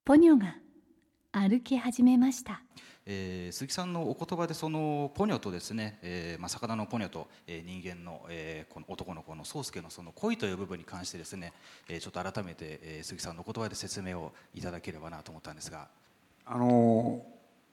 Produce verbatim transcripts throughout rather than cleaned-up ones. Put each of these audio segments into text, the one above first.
ポニョが歩き始めました。 えー、鈴木さんのお言葉でそのポニョとですね、えーまあ、魚のポニョと、えー、人間の、えー、この男の子の宗介のその恋という部分に関してですね、えー、ちょっと改めて、えー、鈴木さんのお言葉で説明をいただければなと思ったんですが、 あの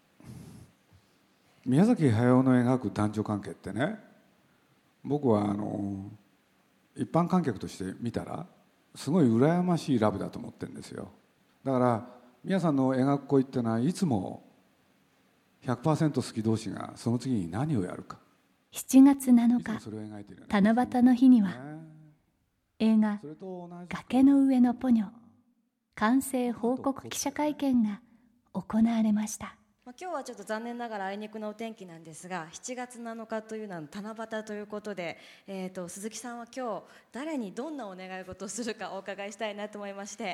宮崎駿の描く男女関係ってね、僕はあの一般観客として見たらすごい羨ましいラブだと思ってるんですよ。だから皆さんの描く恋っていうのはいつも ひゃくパーセント 好き同士がその次に何をやるか。 しちがつなのか七夕の日には映画「崖の上のポニョ」完成報告記者会見が行われました。 今日はちょっと残念ながらあいにくのお天気なんですが、しちがつなのかというのは七夕ということで、えー、と鈴木さんは今日誰にどんなお願い事をするかお伺いしたいなと思いまして。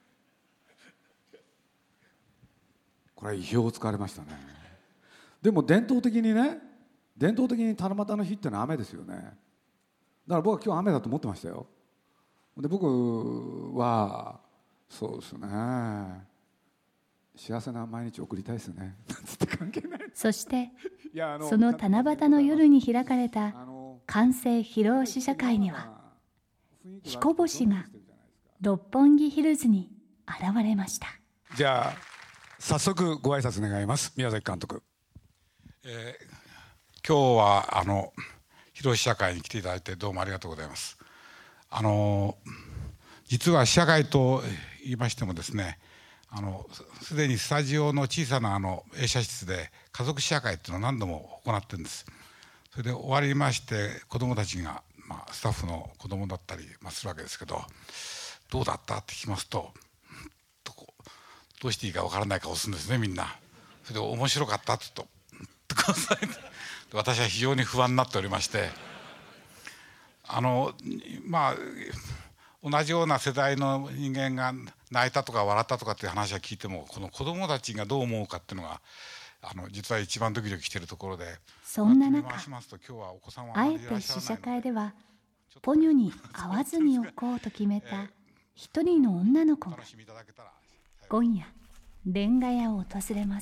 これは意表をつかれましたね。でも伝統的にね、伝統的に七夕の日ってのは雨ですよね。だから僕は今日雨だと思ってましたよ。で僕はそうですね、幸せな毎日を送りたいですね。関係ない。 そしてその七夕の夜に開かれた完成披露試写会には彦星が六本木ヒルズに現れました。 じゃあ早速ご挨拶願います。宮崎監督。 えー、今日はあの披露試写会に来ていただいてどうもありがとうございます。あの実は試写会と言いましてもですね、あのすでにスタジオの小さなあの映写室で家族試写会っていうのを何度も行ってるんです。それで終わりまして子どもたちが、まあ、スタッフの子どもだったり、まあ、するわけですけど、どうだったって聞きますと、どうしていいかわからない顔するんですね、みんな。それで面白かったって言うと私は非常に不安になっておりまして、あのまあ同じような世代の人間が泣いたとか笑ったとかっていう話は聞いても、この子どもたちがどう思うかっていうのがあの実は一番ドキドキしているところで、 そんな中あえて試写会ではポニョに会わずにおこうと決めた一人の女の子が今夜レンガ屋を訪れます。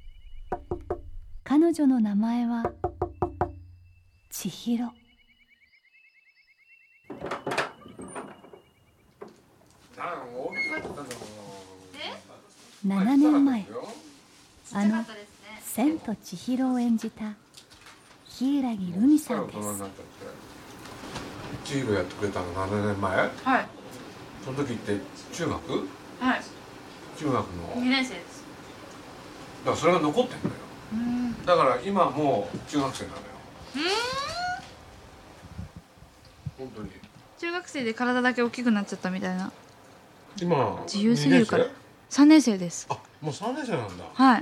彼女の名前は千尋。ななねんまえ、あの千と千尋を演じた柊留美さんです。 千尋やってくれたのななねんまえ。 はい。 その時って中学？ はい。 中学のにねん生です。 だからそれが残ってんだよ。うん。だから今もう中学生なのよ。うん。本当に。 中学生で体だけ大きくなっちゃったみたいな。 今自由すぎるから。さんねん生です。 あ、もうさんねん生なんだ。 はい。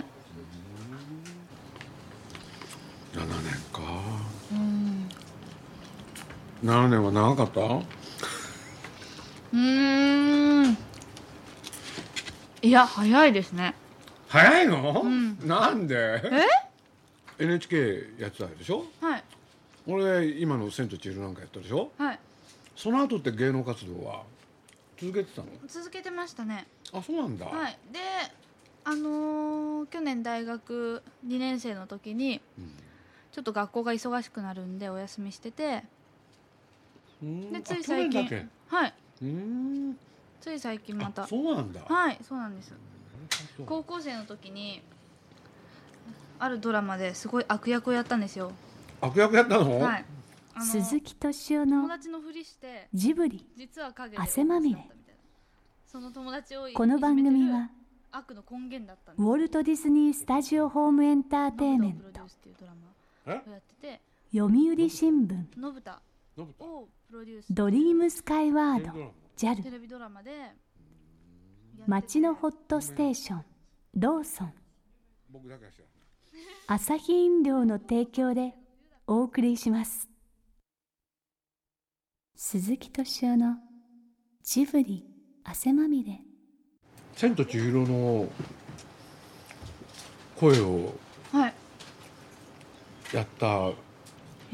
ななねんか。うん。ななねんは長かった？うーん。いや早いですね。 早いの？ うん、 なんで？ え？ エヌエイチケー やってたでしょ？ はい。 俺今の千と千尋なんかやったでしょ？ はい。 その後って芸能活動は続けてたの？ 続けてましたね。 あ、そうなんだ。 はい。で、あのー、去年大学にねん生の時に、うん、ちょっと学校が忙しくなるんでお休みしてて、でつい最近、はい。うーん。つい最近また。 そうなんだ。 はい、そうなんです。高校生の時にあるドラマですごい悪役をやったんですよ。 悪役やったの？ はい。 鈴木敏夫のジブリ汗まみれ。この番組はウォルト・ディズニー・スタジオ・ホーム・エンターテイメント、読売新聞、ドリームスカイワード、ジャル、街のホットステーション、ローソン、アサヒ飲料の提供でお送りします。鈴木敏夫のジブリ汗まみれ。 千と千尋の声をやった、 はい、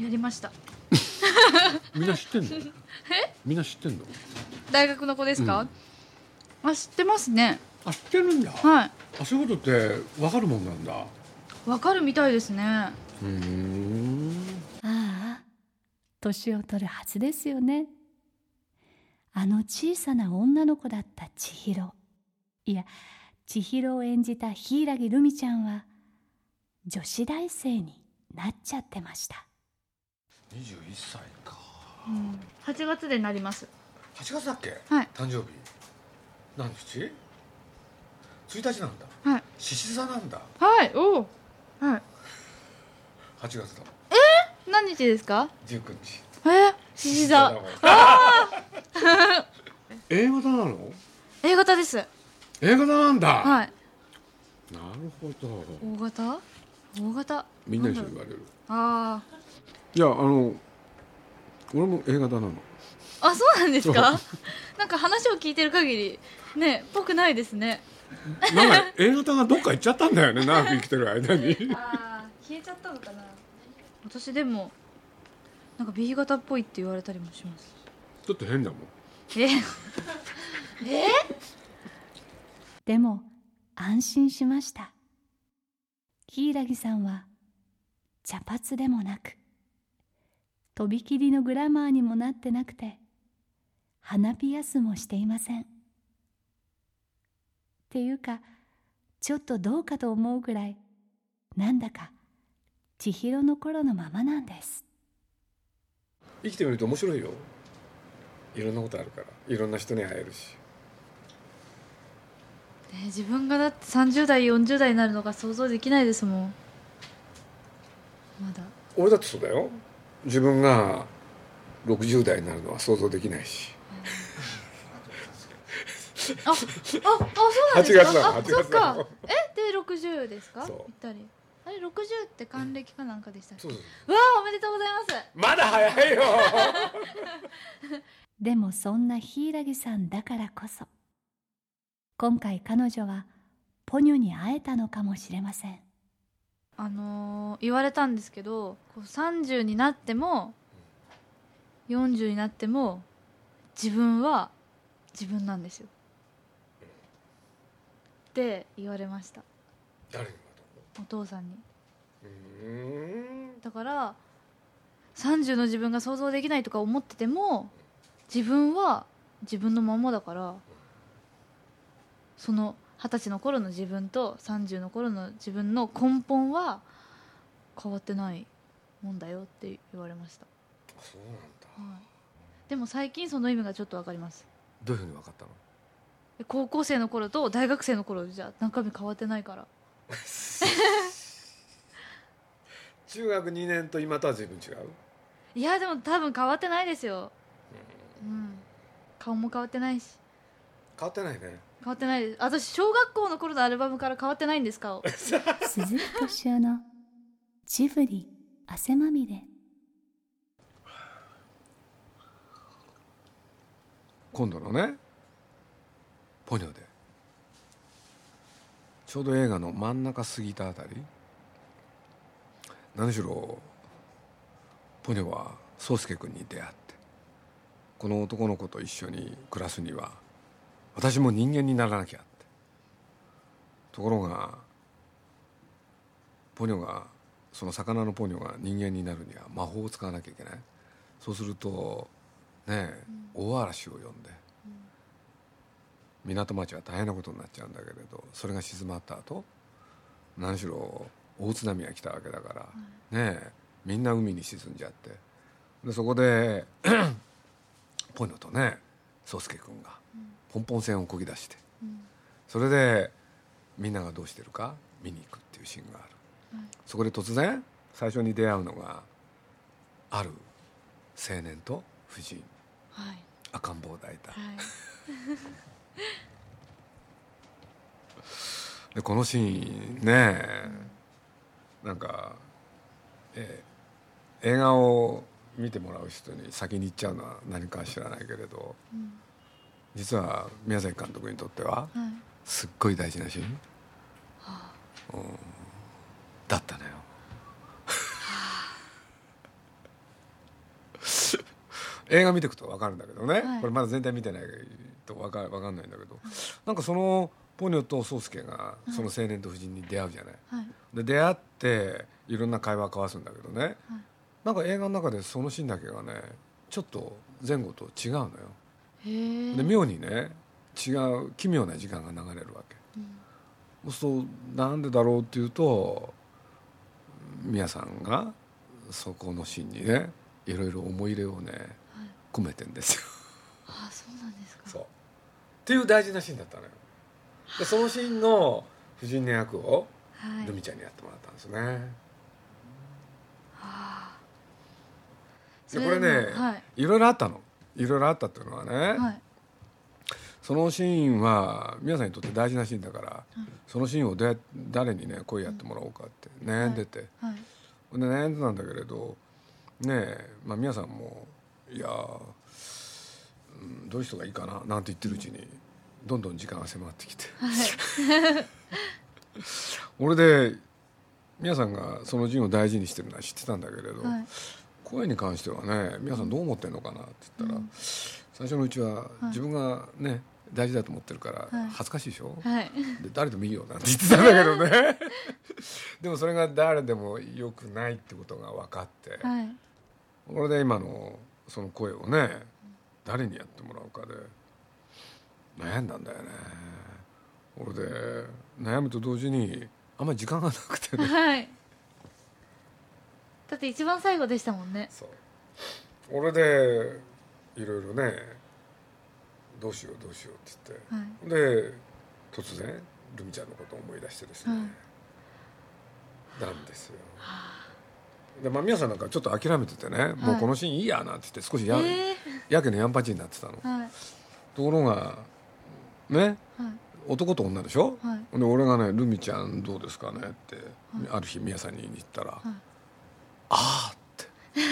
やりました。 みんな知ってんの？ え？ みんな知ってんの？ 大学の子ですか？うん、あ、知ってますね。 あ、知ってるんだ。 はい。 あ、そういうことって分かるもんなんだ。 わかるみたいですね。 うーん。 ああ、年を取るはずですよね。あの小さな女の子だった千尋、いや千尋を演じた柊ルミちゃんは女子大生になっちゃってました。 にじゅういっさいか。 うん、はちがつでなります。 はちがつだっけ？ はい。 誕生日何日？ついたちなんだ。 はい。 獅子座なんだ。 はい。おお。はい。 はちがつだ。 えー、何日ですか？ じゅうくにち。 えー、獅子座。ああ。A 型なの？ A 型です。 A 型なんだ。 はい。 なるほど。 大型？大型。 みんなにそう言われる。 ああ。 いや、あの俺も A 型なの。 あ、そうなんですか？なんか話を聞いてる限りね、ぽくないですね。 なんか A 型がどっか行っちゃったんだよね、長く生きてる間に。 ああ、消えちゃったのかな。私でもなんか B 型っぽいって言われたりもします。 ちょっと変だもん。 ええでも安心しました。柊さんは茶髪でもなく、とびきりのグラマーにもなってなくて、鼻ピアスもしていません。っていうか、ちょっとどうかと思うぐらい、なんだか千尋の頃のままなんです。 生きてみると面白いよ。いろんなことあるから、いろんな人に会えるし。 ね、自分がだってさんじゅうだいよんじゅうだいになるのが想像できないですもん。まだ俺だってそうだよ。自分がろくじゅうだいになるのは想像できないし。 あ、あ、あ、そうなんですか。 はちがつだもん、 あ、 はちがつだもん。 そっか。え、でろくじゅうですか？ そうぴったり。あれろくじゅうって還暦かなんかでしたっけ？ そうそう。 うわあ、おめでとうございます。 まだ早いよ。 でもそんな柊さんだからこそ、今回彼女はポニョに会えたのかもしれません。 あのー、言われたんですけど、こうさんじゅうになってもよんじゅうになっても自分は自分なんですよって言われました。 誰にお父さんに。 うーん。 だからさんじゅうの自分が想像できないとか思ってても、自分は自分のままだから、そのはたちの頃の自分とさんじゅうの頃の自分の根本は変わってないもんだよって言われました。 そうなんだ、 はい、でも最近その意味がちょっと分かります。 どういうふうに分かったの？ 高校生の頃と大学生の頃じゃ中身変わってないから。 中学にねんと今とは随分違う？ いやでも多分変わってないですよ、うん、顔も変わってないし。 変わってないね。 変わってないです。私小学校の頃のアルバムから変わってないんです顔。 鈴木敏夫のジブリ汗まみれ。 今度のねポニョでちょうど映画の真ん中過ぎたあたり、何しろポニョは宗介君に出会って、この男の子と一緒に暮らすには私も人間にならなきゃって。ところがポニョがその魚のポニョが人間になるには魔法を使わなきゃいけない。そうするとねえ、うん、大嵐を呼んで、うん、港町は大変なことになっちゃうんだけれど、それが静まった後何しろ大津波が来たわけだから、うん、ねえみんな海に沈んじゃって、でそこでポニョとね宗介君がポンポン船をこぎ出して、うん、それでみんながどうしてるか見に行くっていうシーンがある、うん、そこで突然最初に出会うのがある青年と婦人、はい、赤ん坊を抱いた、はい、でこのシーンね、うん、なんか、えー、映画を見てもらう人に先に言っちゃうのは何か知らないけれど、うん、実は宮崎監督にとっては、はい、すっごい大事なシーン、はあ、うん、だったのよ。映画見ていくと分かるんだけどね、はい、これまだ全体見てないって分か分かんないんだけど、なんかそのポニョと宗介がその青年と婦人に出会うじゃない、はい、で出会っていろんな会話を交わすんだけどね、はい、なんか映画の中でそのシーンだけがねちょっと前後と違うのよ。へで妙にね違う奇妙な時間が流れるわけ、うん、そうするとなんでだろうっていうと宮さんがそこのシーンにねいろいろ思い入れをね、はい、込めてんですよ。 ああそうなんですか。 そうっていう大事なシーンだったのよ。でそのシーンの夫人の役をルミちゃんにやってもらったんですね、はい、はあ、でこれね、はい、いろいろあったのいろいろあったっていうのはね、はい、そのシーンは皆さんにとって大事なシーンだから、はい、そのシーンをど誰にね声やってもらおうかって悩んでて、はいはい、で悩んでたんだけれどねえ、まあ、皆さんもいや、うん、どういう人がいいかななんて言ってるうちにどんどん時間が迫ってきて、はい、俺で皆さんがその陣を大事にしてるのは知ってたんだけれど、はい、声に関してはね皆さんどう思ってんのかなって言ったら、うん、最初のうちは自分がね、はい、大事だと思ってるから恥ずかしいでしょ、はい、で誰でもいいよなんて言ってたんだけどねでもそれが誰でもよくないってことが分かって、はい、これで今のその声をね誰にやってもらうかで悩んだんだよね。俺で悩むと同時にあんまり時間がなくてね、はい、 だって一番最後でしたもんね。 そう俺でいろいろねどうしようどうしようって言って、はい、で突然ルミちゃんのことを思い出してですね、はい、なんですよ。で、まあ、皆さんなんかちょっと諦めててね、はい、もうこのシーンいいやなって言って少し や,、えー、やけのやんぱちになってたの、はい、ところがね、はい、男と女でしょ、はい、で俺がねルミちゃんどうですかねって、はい、ある日宮さんに言いに行ったら、はい、ああって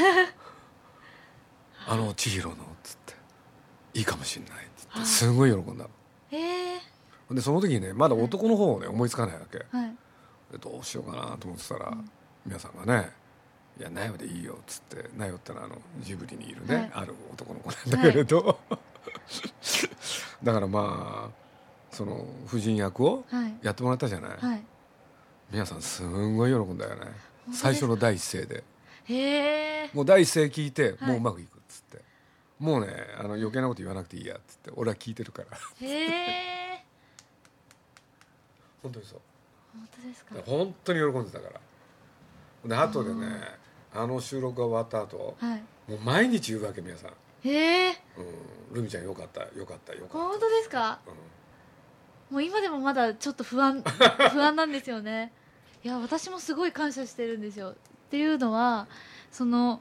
あの千尋のっつっていいかもしれないって言ってすごい喜んだの、はい、でその時にねまだ男の方をね思いつかないわけ、はい、でどうしようかなと思ってたら、うん、宮さんがねいやナヨでいいよっつってナヨってのはあのジブリにいるね、はい、ある男の子なんだけれど、はい、だからまあその婦人役をやってもらったじゃない、はい、皆さんすんごい喜んだよね。最初の第一声でへーもう第一声聞いて、はい、もううまくいくっつってもうねあの余計なこと言わなくていいやっつって俺は聞いてるからへえ本当にそう本当ですか。 本当に喜んでたからで後でねあの収録が終わった後、はい、もう毎日言うわけ皆さんへえ、うん、ルミちゃんよかったよかったよかった本当ですか、うん、もう今でもまだちょっと不安不安なんですよね。いや私もすごい感謝してるんですよ。っていうのはその、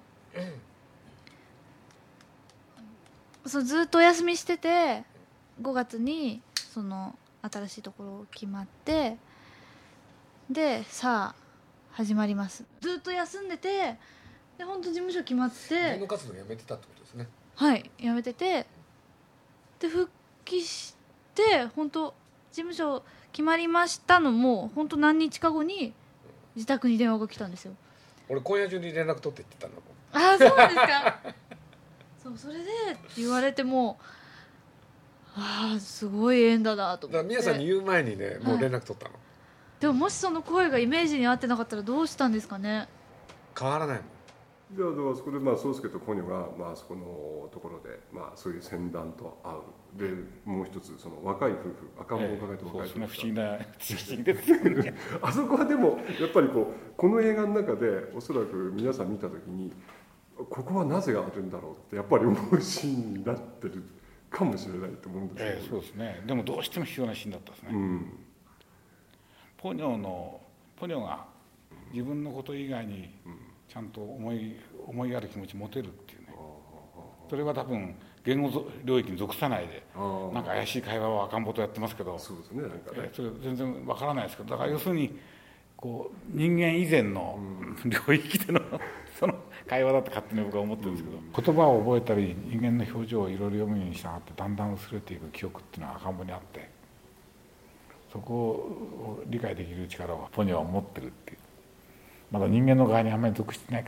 うん、そのずっとお休みしててごがつにその新しいところ決まってでさあ始まります。ずっと休んでてで本当事務所決まって芸能活動やめてたってことですね。 はいやめててで復帰して本当事務所決まりましたのも本当何日か後に自宅に電話が来たんですよ。 俺今夜中に連絡取って言ってたんだもん。ああそうなんですかそうそれで言われてもああすごい縁だなと思って。 だから宮さんに言う前にねもう連絡取ったの、はい、 でももしその声がイメージに合ってなかったらどうしたんですかね。 変わらないもん。 じゃあだからそこでまあ宗介とポニョがまあそこのところでまあそういう船団と会うでもう一つその若い夫婦赤ん坊を抱えて若い夫婦、 ええ、不思議な不思議ですねあそこはでもやっぱりこうこの映画の中でおそらく皆さん見た時にここはなぜあるんだろうってやっぱり思うシーンになってるかもしれないと思うんですけど、 ええ、そうですね。でもどうしても必要なシーンだったですね、うん、ポニョのポニョが自分のこと以外に、うんちゃんと思い思いやる気持ち持てるっていうね。それは多分言語領域に属さないでなんか怪しい会話を赤ん坊とやってますけどそうですねなんかねそれ全然わからないですけどだから要するにこう人間以前の領域でのその会話だって勝手に僕は思ってるんですけど、うん、言葉を覚えたり人間の表情をいろいろ読むようにしたがってだんだん薄れていく記憶っていうのは赤ん坊にあってそこを理解できる力をポニョは持ってるっていう。まだ人間の側にあんまり属してない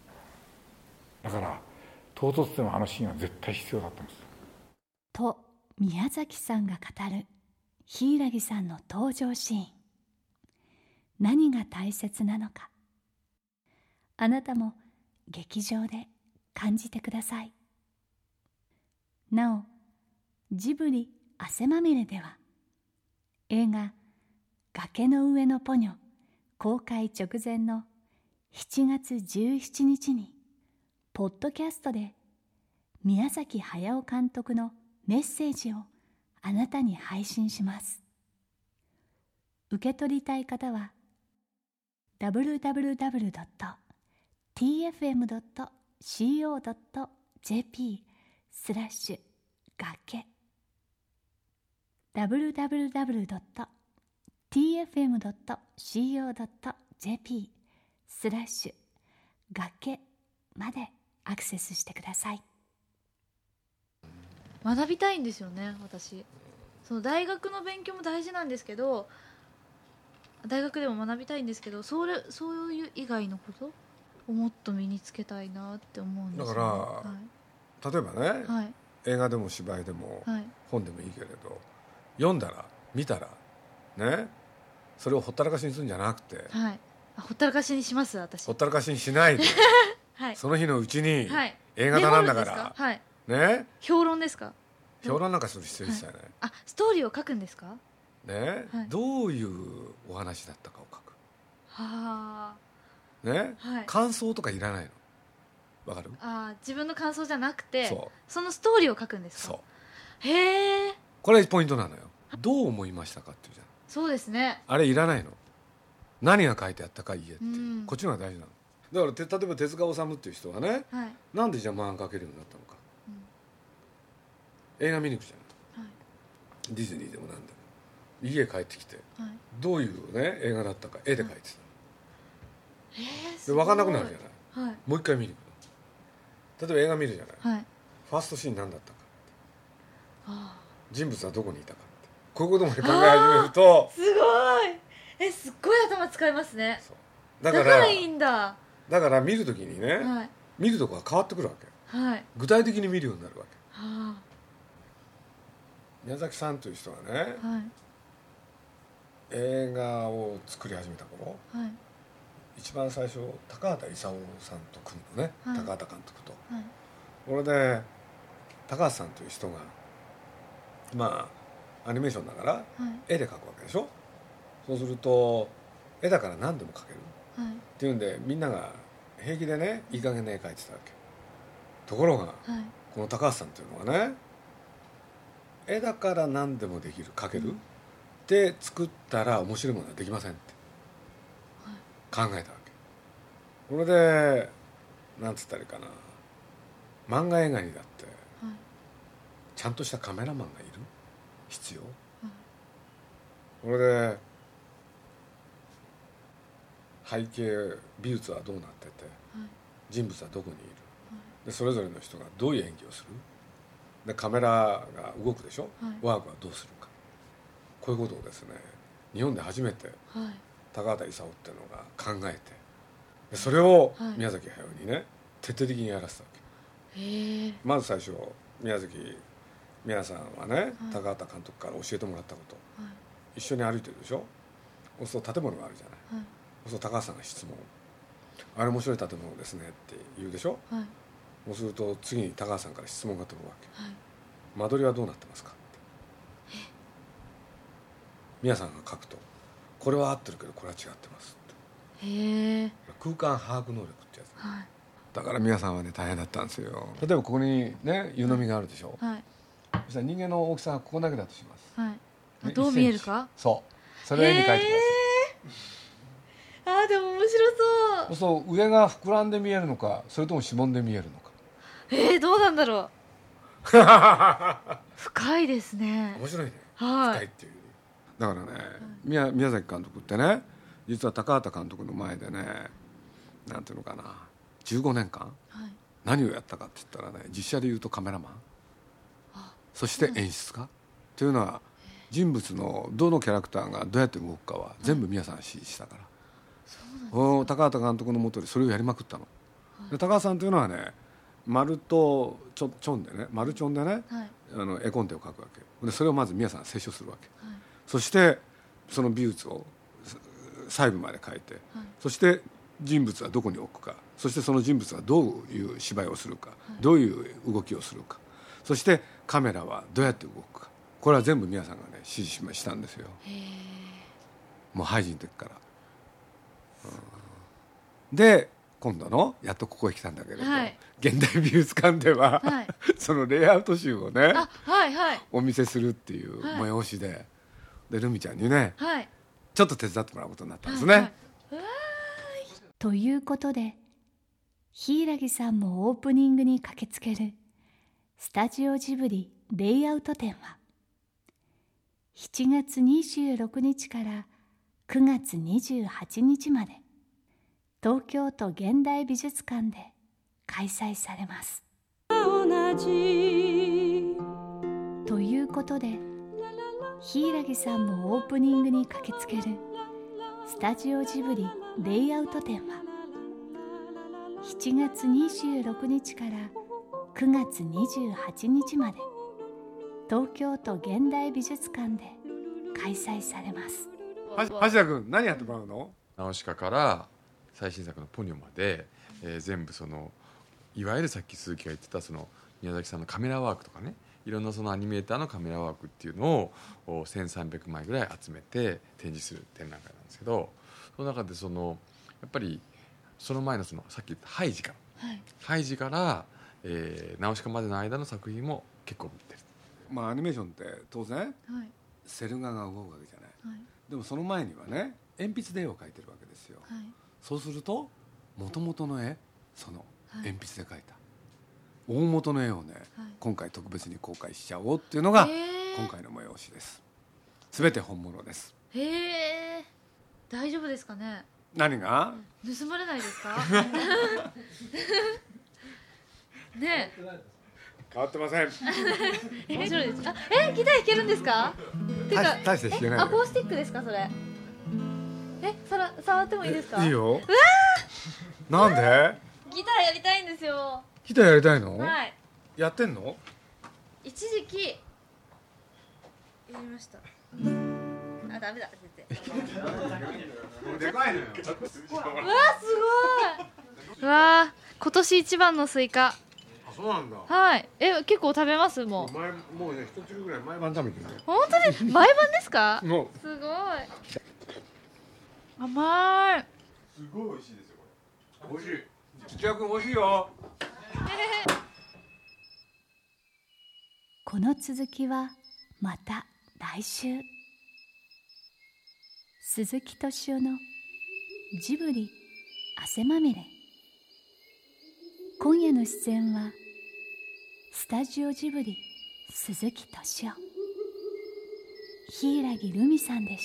からだから唐突でもあのシーンは絶対必要だったんですと宮崎さんが語る柊さんの登場シーン。何が大切なのか、あなたも劇場で感じてください。なお、ジブリ汗まみれでは、映画崖の上のポニョ公開直前のしちがつじゅうしちにちにポッドキャストで宮崎駿監督のメッセージをあなたに配信します。受け取りたい方は ダブリューダブリューダブリュードットティーエフエムドットコードットジェーピー スラッシュ崖 ダブリューダブリューダブリュードットティーエフエムドットコードットジェーピー スラッシュ崖までアクセスしてください。 学びたいんですよね、私。その大学の勉強も大事なんですけど、大学でも学びたいんですけど、それそういう以外のことをもっと身につけたいなって思うんですよね。 だから、 はい、 例えばね、 はい、 映画でも芝居でも、 はい、 本でもいいけれど、読んだら見たらね、それをほったらかしにするんじゃなくて、 はい、あ、ほったらかしにします。私ほったらかしにしないで、はい、その日のうちに、はい、映画だなんだから、 はい、 ね、 評論ですか？ 評論なんかする必要一切ない、はい、 あ、ストーリーを書くんですかね、はい、どういうお話だったかを書く。 はあ、 ね、はい、感想とかいらないの。わかる？ あ、自分の感想じゃなくて、 そ, そのストーリーを書くんですか？そう。へえ。 これポイントなのよ。どう思いましたかっていうじゃん。 そうですね。 あれいらないの。何が書いてあったか言えって、うん、こっちの方が大事なの。だから例えば手塚治虫っていう人はね、はい、なんでじゃあ漫画描けるようになったのか、うん、映画見に行くじゃない、はい、ディズニーでもなんでも家帰ってきて、はい、どういう、ね、映画だったか絵で描いてたの、はい、で分かんなくなるじゃない、はい、もう一回見に行くの。例えば映画見るじゃない、はい、ファーストシーン何だったかって、あ、人物はどこにいたかって、こういうことまで考え始めるとすごい、え、すっごい頭使いますね。そうだから、だからいいんだ。 だから見るときにね、はい、見るとこが変わってくるわけ、はい、具体的に見るようになるわけ、はあ、宮崎さんという人はね、はい、映画を作り始めた頃、はい、一番最初高畑勲さんと組むのね、はい、高畑監督と、はい、これで高畑さんという人がまあアニメーションだから、はい、絵で描くわけでしょ。そうすると絵だから何でも描ける、はい、っていうんでみんなが平気でねいい加減な絵描いてたわけ。ところが、はい、この高橋さんっていうのはね、絵だから何でもできる、描ける、うん、で作ったら面白いものはできませんって考えたわけ。これでなんつったらいいかな、漫画映画にだって、はい、ちゃんとしたカメラマンがいる必要、はい、これで背景美術はどうなってて、はい、人物はどこにいる、はい、でそれぞれの人がどういう演技をする、でカメラが動くでしょ、はい、ワークはどうするか、こういうことをですね日本で初めて、はい、高畑勲っていうのが考えて、でそれを宮崎駿にね、はい、徹底的にやらせたわけ。へまず最初宮崎皆さんはね、はい、高畑監督から教えてもらったこと、はい、一緒に歩いてるでしょ。そうすると建物があるじゃない、はい、そうすると高橋さんが質問、あれ面白い建物ですねって言うでしょ、はい、そうすると次に高橋さんから質問が飛ぶわけ、はい、間取りはどうなってますかって宮さんが書くと、これは合ってるけどこれは違ってますって。へ空間把握能力ってやつ、はい、だから宮さんはね大変だったんですよ。例えばここにね湯飲みがあるでしょ、はい、そしたら人間の大きさがここだけだとします、はい、ね、どう見えるか、そうそれを絵に描いてください。 あーでも面白そう。 そう上が膨らんで見えるのか、それともしぼんで見えるのか。 えー、どうなんだろう深いですね。 面白いね、はい、深いっていう。だからね、はい、宮, 宮崎監督ってね、実は高畑監督の前でね、なんていうのかな、じゅうごねんかん、はい、何をやったかって言ったらね、実写でいうとカメラマン、そして演出家というのは人物のどのキャラクターがどうやって動くかは全部宮さんが指示したから、はい、そう高畑監督のもとでそれをやりまくったの、はい、で高畑さんというのはね、丸とちょちょんでね、丸ちょんでね、はい、 あの絵コンテを描くわけで、それをまず宮さんが清書するわけ、はい、そしてその美術を細部まで描いて、はい、そして人物はどこに置くか、そしてその人物はどういう芝居をするか、はい、どういう動きをするか、そしてカメラはどうやって動くか、これは全部宮さんがね指示したんですよ。もうハイジの時から、うん、で今度のやっとここへ来たんだけれど、はい、現代美術館では、はい、そのレイアウト集をね、 はいはい、 お見せするっていう催しで、はい、でルミちゃんにね、はい、ちょっと手伝ってもらうことになったんですね、はいはい、 ということで柊さんもオープニングに駆けつけるスタジオジブリレイアウト展はしちがつにじゅうろくにちからくがつにじゅうはちにちまで東京都現代美術館で開催されます。ということで柊さんもオープニングに駆けつけるスタジオジブリレイアウト展はしちがつにじゅうろくにちからくがつにじゅうはちにちまで東京都現代美術館で開催されます。 橋田君何やってもらうの？ ナウシカから最新作のポニョまで、えー、全部そのいわゆるさっき鈴木が言ってたその宮崎さんのカメラワークとかね、いろんなそのアニメーターのカメラワークっていうのをせんさんびゃくまいぐらい集めて展示する展覧会なんですけど、その中でそのやっぱりその前のそのさっき言ったハイジから、はい、ハイジから、えー、ナウシカまでの間の作品も結構見てる。 まあアニメーションって当然、はい、セル画が動くわけじゃない、はい、でもその前にはね鉛筆で絵を描いてるわけですよ、はい、そうすると元々の絵、その鉛筆で描いた、はい、大元の絵をね、はい、今回特別に公開しちゃおうっていうのが今回の催しです。全て本物です。 へえ、大丈夫ですかね？ 何が？ 盗まれないですか？ねえ、 変わってません。 面白いです。あ、え、ギター弾けるんですか？ てか大して弾けない。 アコースティックですかそれ？え、さら触ってもいいですか？ いいよ。 うわー、なんで？ ギターやりたいんですよ。 ギターやりたいの？ はい。 やってんの？ 一時期やりました。あ、ダメだ先生。 でかいのよ。 うわ、すごい。うわ、今年一番のスイカ。 そうなんだ。 はい。え、結構食べますもん。 前もうね一粒ぐらい毎晩食べてる。 本当に毎晩ですか？ もうすごい。甘い。 すごい美味しいですよこれ。美味しい。 土屋君美味しいよ。 この続きはまた来週。鈴木敏夫のジブリ汗まみれ。今夜の出演はスタジオジブリ鈴木敏夫、柊ルミさんでした。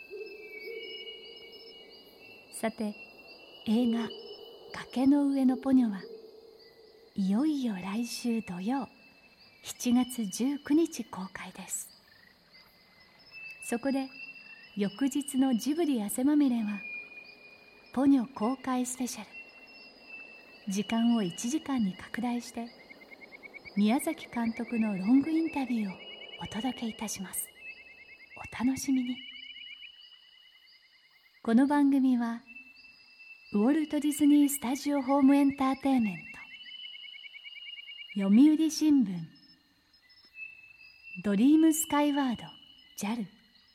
さて、映画崖の上のポニョはいよいよ来週土曜しちがつじゅうくにち公開です。そこで翌日のジブリ汗まみれはポニョ公開スペシャル。時間をいちじかんに拡大して宮崎監督のロングインタビューをお届けいたします。お楽しみに。この番組はウォルト・ディズニー・スタジオ・ホーム・エンターテインメント、読売新聞、ドリームスカイワード ジャル、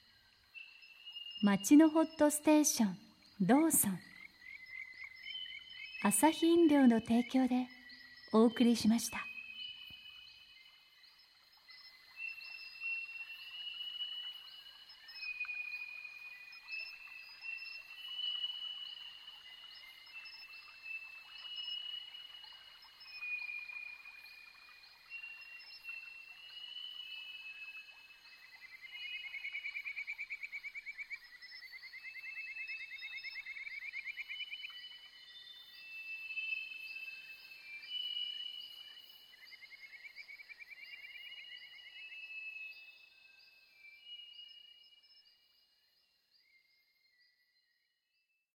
町のホットステーションローソン、アサヒ飲料の提供でお送りしました。